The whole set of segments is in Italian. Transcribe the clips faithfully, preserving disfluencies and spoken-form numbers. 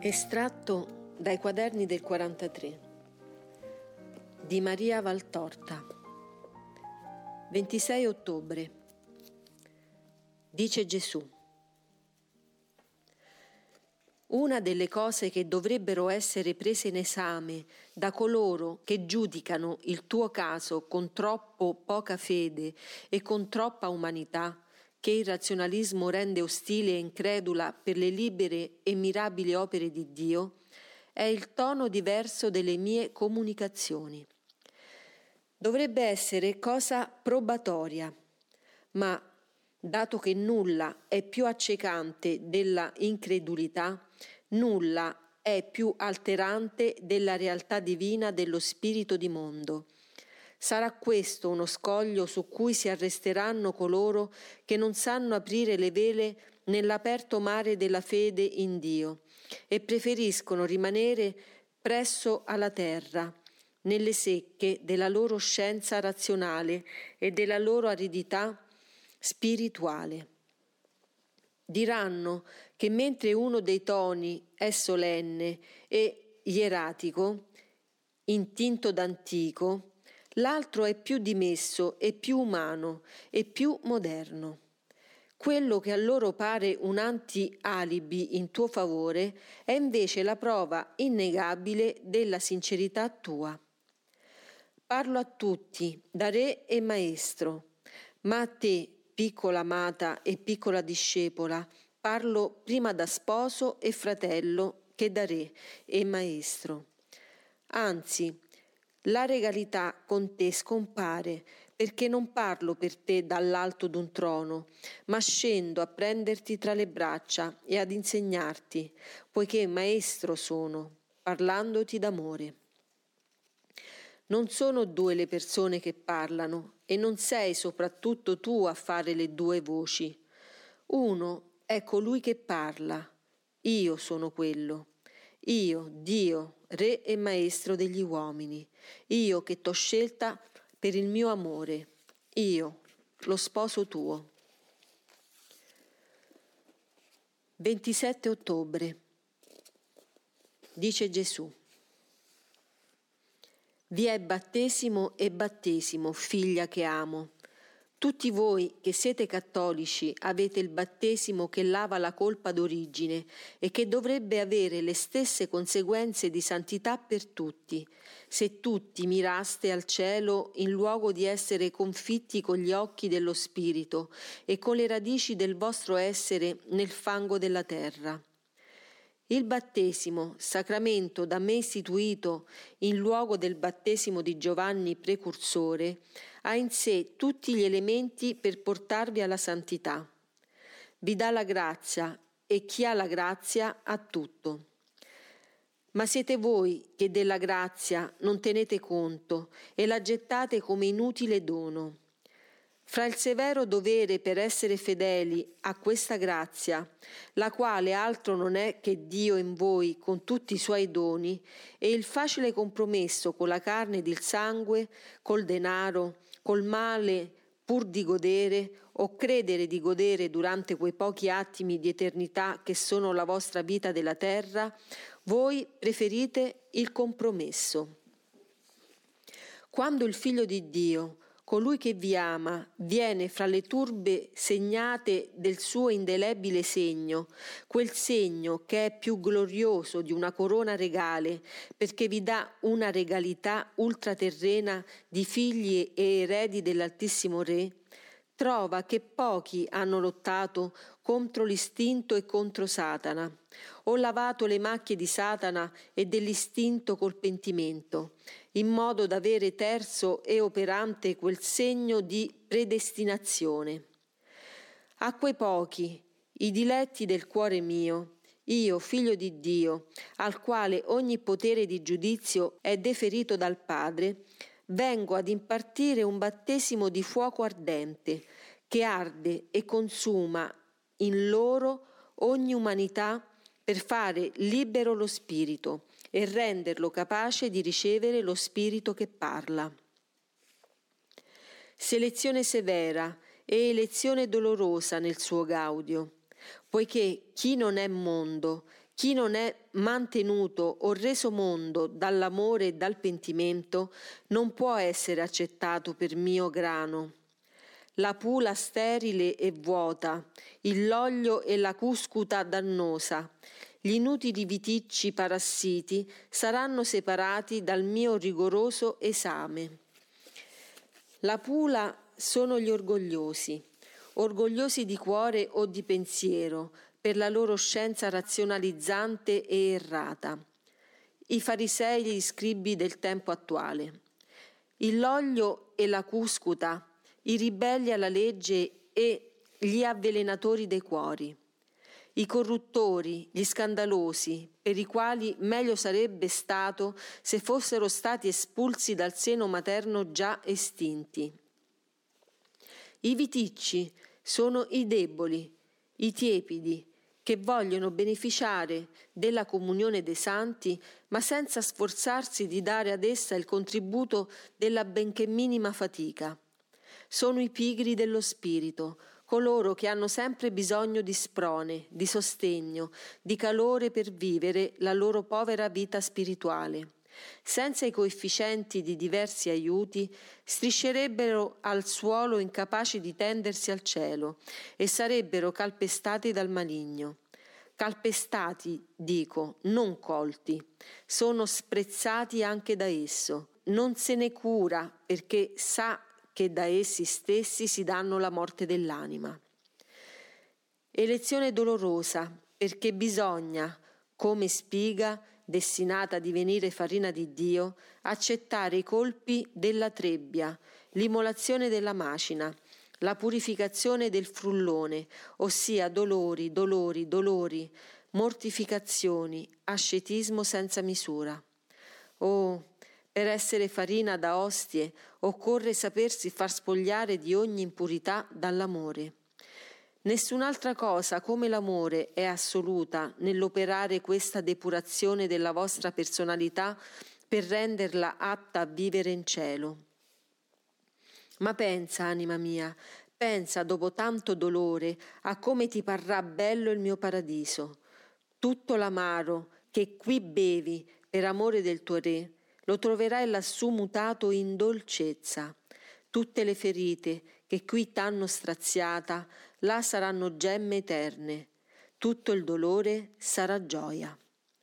Estratto dai quaderni del quarantatré di Maria Valtorta. ventisei ottobre. Dice Gesù: una delle cose che dovrebbero essere prese in esame da coloro che giudicano il tuo caso con troppo poca fede e con troppa umanità, che il razionalismo rende ostile e incredula per le libere e mirabili opere di Dio, è il tono diverso delle mie comunicazioni. Dovrebbe essere cosa probatoria, ma dato che nulla è più accecante della incredulità, nulla è più alterante della realtà divina dello spirito di mondo. Sarà questo uno scoglio su cui si arresteranno coloro che non sanno aprire le vele nell'aperto mare della fede in Dio e preferiscono rimanere presso alla terra, nelle secche della loro scienza razionale e della loro aridità spirituale. Diranno che mentre uno dei toni è solenne e ieratico, intinto d'antico, l'altro è più dimesso e più umano e più moderno. Quello che a loro pare un anti-alibi in tuo favore è invece la prova innegabile della sincerità tua. Parlo a tutti, da re e maestro, ma a te, piccola amata e piccola discepola, parlo prima da sposo e fratello che da re e maestro. Anzi, la regalità con te scompare, perché non parlo per te dall'alto d'un trono, ma scendo a prenderti tra le braccia e ad insegnarti, poiché maestro sono, parlandoti d'amore. Non sono due le persone che parlano, e non sei soprattutto tu a fare le due voci. Uno è colui che parla, io sono quello. Io, Dio, Re e Maestro degli uomini, io che t'ho scelta per il mio amore, io, lo sposo tuo. ventisette ottobre. Dice Gesù: vi è battesimo e battesimo, figlia che amo. Tutti voi che siete cattolici avete il battesimo che lava la colpa d'origine e che dovrebbe avere le stesse conseguenze di santità per tutti, se tutti miraste al cielo in luogo di essere confitti con gli occhi dello spirito e con le radici del vostro essere nel fango della terra. Il battesimo, sacramento da me istituito in luogo del battesimo di Giovanni Precursore, ha in sé tutti gli elementi per portarvi alla santità. Vi dà la grazia e chi ha la grazia ha tutto. Ma siete voi che della grazia non tenete conto e la gettate come inutile dono. Fra il severo dovere per essere fedeli a questa grazia, la quale altro non è che Dio in voi con tutti i suoi doni, e il facile compromesso con la carne ed il sangue, col denaro, col male pur di godere o credere di godere durante quei pochi attimi di eternità che sono la vostra vita della terra, voi preferite il compromesso. Quando il Figlio di Dio, colui che vi ama, viene fra le turbe segnate del suo indelebile segno, quel segno che è più glorioso di una corona regale, perché vi dà una regalità ultraterrena di figli e eredi dell'Altissimo Re, trova che pochi hanno lottato contro l'istinto e contro Satana, o lavato le macchie di Satana e dell'istinto col pentimento, in modo da avere terzo e operante quel segno di predestinazione. A quei pochi, i diletti del cuore mio, io, figlio di Dio, al quale ogni potere di giudizio è deferito dal Padre, vengo ad impartire un battesimo di fuoco ardente, che arde e consuma in loro ogni umanità per fare libero lo spirito e renderlo capace di ricevere lo spirito che parla. Selezione severa e elezione dolorosa nel suo gaudio, poiché chi non è mondo, Chi non è mantenuto o reso mondo dall'amore e dal pentimento non può essere accettato per mio grano. La pula sterile e vuota, il loglio e la cuscuta dannosa, gli inutili viticci parassiti saranno separati dal mio rigoroso esame. La pula sono gli orgogliosi, orgogliosi di cuore o di pensiero, per la loro scienza razionalizzante e errata. I farisei e gli scribi del tempo attuale. Il loglio e la cuscuta, i ribelli alla legge e gli avvelenatori dei cuori. I corruttori, gli scandalosi, per i quali meglio sarebbe stato se fossero stati espulsi dal seno materno già estinti. I viticci sono i deboli, i tiepidi, che vogliono beneficiare della comunione dei santi, ma senza sforzarsi di dare ad essa il contributo della benché minima fatica. Sono i pigri dello spirito, coloro che hanno sempre bisogno di sprone, di sostegno, di calore per vivere la loro povera vita spirituale. Senza i coefficienti di diversi aiuti, striscerebbero al suolo incapaci di tendersi al cielo e sarebbero calpestati dal maligno. Calpestati, dico, non colti, sono sprezzati anche da esso. Non se ne cura perché sa che da essi stessi si danno la morte dell'anima. Elezione dolorosa perché bisogna, come spiga, destinata a divenire farina di Dio, accettare i colpi della trebbia, l'immolazione della macina, la purificazione del frullone, ossia dolori, dolori, dolori, mortificazioni, ascetismo senza misura. Oh, per essere farina da ostie occorre sapersi far spogliare di ogni impurità dall'amore. Nessun'altra cosa come l'amore è assoluta nell'operare questa depurazione della vostra personalità per renderla atta a vivere in cielo. Ma pensa, anima mia, pensa dopo tanto dolore a come ti parrà bello il mio paradiso. Tutto l'amaro che qui bevi per amore del tuo Re, lo troverai lassù mutato in dolcezza. Tutte le ferite che qui t'hanno straziata, là saranno gemme eterne. Tutto il dolore sarà gioia.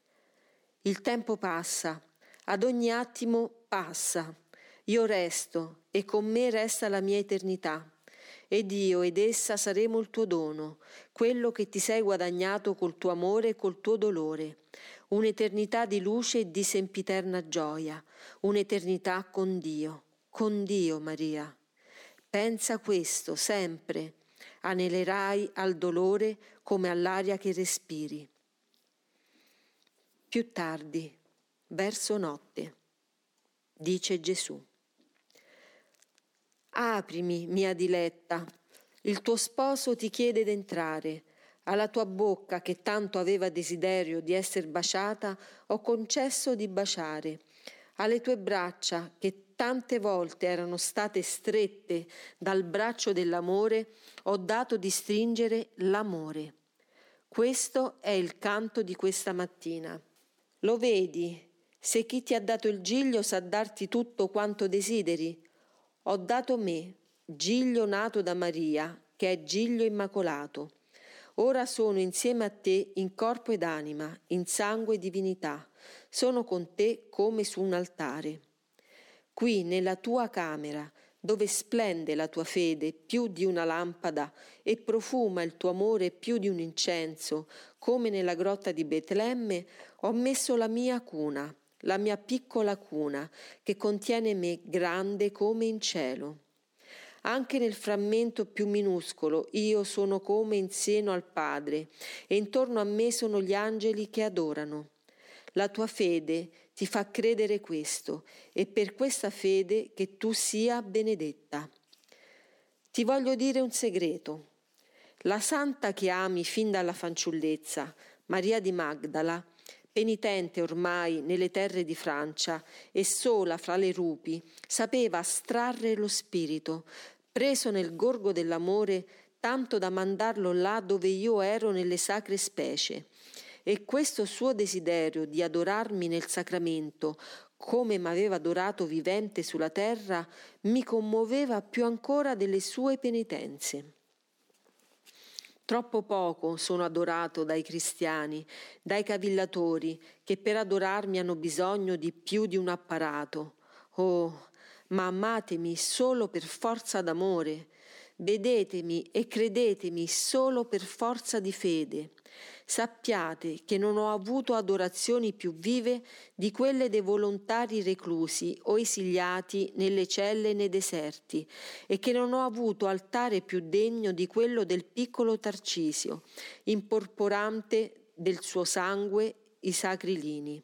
Il tempo passa, ad ogni attimo passa. Io resto e con me resta la mia eternità. Ed io ed essa saremo il tuo dono, quello che ti sei guadagnato col tuo amore e col tuo dolore. Un'eternità di luce e di sempiterna gioia, un'eternità con Dio, con Dio, Maria. Pensa questo sempre, anelerai al dolore come all'aria che respiri. Più tardi, verso notte, dice Gesù: aprimi, mia diletta, il tuo sposo ti chiede d'entrare. Alla tua bocca, che tanto aveva desiderio di esser baciata, ho concesso di baciare. Alle tue braccia, che tante volte erano state strette dal braccio dell'amore, ho dato di stringere l'amore. Questo è il canto di questa mattina. Lo vedi, se chi ti ha dato il giglio sa darti tutto quanto desideri? Ho dato me, giglio nato da Maria, che è giglio immacolato. Ora sono insieme a te in corpo ed anima, in sangue e divinità. Sono con te come su un altare. Qui nella tua camera, dove splende la tua fede più di una lampada e profuma il tuo amore più di un incenso, come nella grotta di Betlemme, ho messo la mia cuna, la mia piccola cuna, che contiene me grande come in cielo. Anche nel frammento più minuscolo io sono come in seno al Padre, e intorno a me sono gli angeli che adorano. La tua fede ti fa credere questo, e per questa fede che tu sia benedetta. Ti voglio dire un segreto. La santa che ami fin dalla fanciullezza, Maria di Magdala, penitente ormai nelle terre di Francia e sola fra le rupi, sapeva astrarre lo spirito, preso nel gorgo dell'amore, tanto da mandarlo là dove io ero nelle sacre specie, e questo suo desiderio di adorarmi nel sacramento, come m'aveva adorato vivente sulla terra, mi commuoveva più ancora delle sue penitenze. Troppo poco sono adorato dai cristiani, dai cavillatori, che per adorarmi hanno bisogno di più di un apparato. Oh, ma amatemi solo per forza d'amore, vedetemi e credetemi solo per forza di fede. Sappiate che non ho avuto adorazioni più vive di quelle dei volontari reclusi o esiliati nelle celle e nei deserti, e che non ho avuto altare più degno di quello del piccolo Tarcisio, imporporante del suo sangue i sacri lini.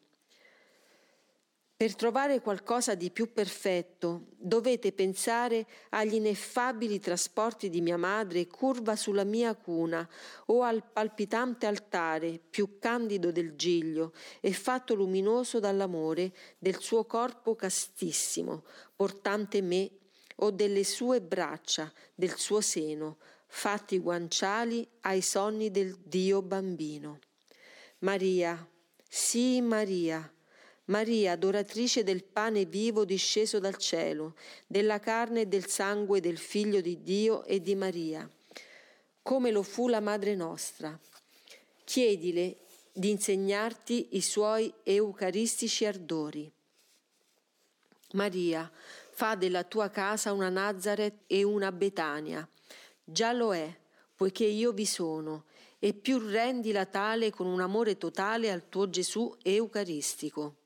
Per trovare qualcosa di più perfetto, dovete pensare agli ineffabili trasporti di mia madre curva sulla mia cuna, o al palpitante altare, più candido del giglio e fatto luminoso dall'amore del suo corpo castissimo, portante me, o delle sue braccia, del suo seno, fatti guanciali ai sonni del Dio bambino. Maria, sì Maria, Maria, adoratrice del pane vivo disceso dal cielo, della carne e del sangue del Figlio di Dio e di Maria, come lo fu la Madre nostra. Chiedile di insegnarti i suoi eucaristici ardori. Maria, fa della tua casa una Nazaret e una Betania. Già lo è, poiché io vi sono, e più rendila tale con un amore totale al tuo Gesù eucaristico.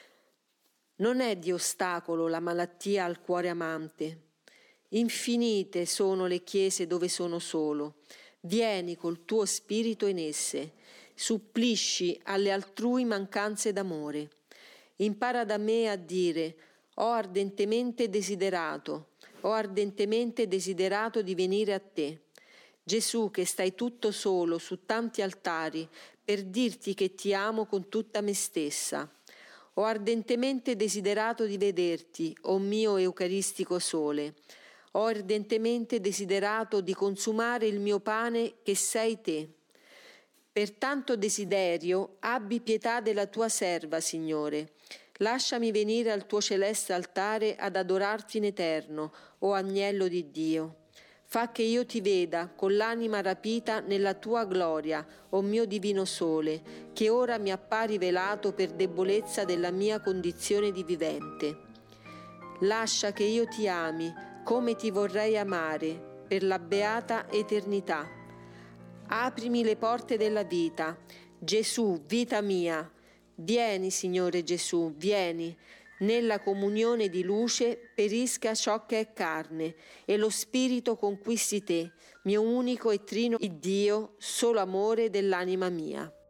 Non è di ostacolo la malattia al cuore amante. Infinite sono le chiese dove sono solo. Vieni col tuo spirito in esse, supplisci alle altrui mancanze d'amore. Impara da me a dire: ho ardentemente desiderato, ho ardentemente desiderato di venire a te. Gesù, che stai tutto solo su tanti altari per dirti che ti amo con tutta me stessa. Ho ardentemente desiderato di vederti, o mio eucaristico sole. Ho ardentemente desiderato di consumare il mio pane che sei te. Per tanto desiderio, abbi pietà della tua serva, Signore. Lasciami venire al tuo celeste altare ad adorarti in eterno, o agnello di Dio. Fa che io ti veda con l'anima rapita nella tua gloria, o mio divino sole, che ora mi appari velato per debolezza della mia condizione di vivente. Lascia che io ti ami, come ti vorrei amare, per la beata eternità. Aprimi le porte della vita. Gesù, vita mia. Vieni, Signore Gesù, vieni. Nella comunione di luce perisca ciò che è carne e lo spirito conquisti te, mio unico e trino Dio, solo amore dell'anima mia.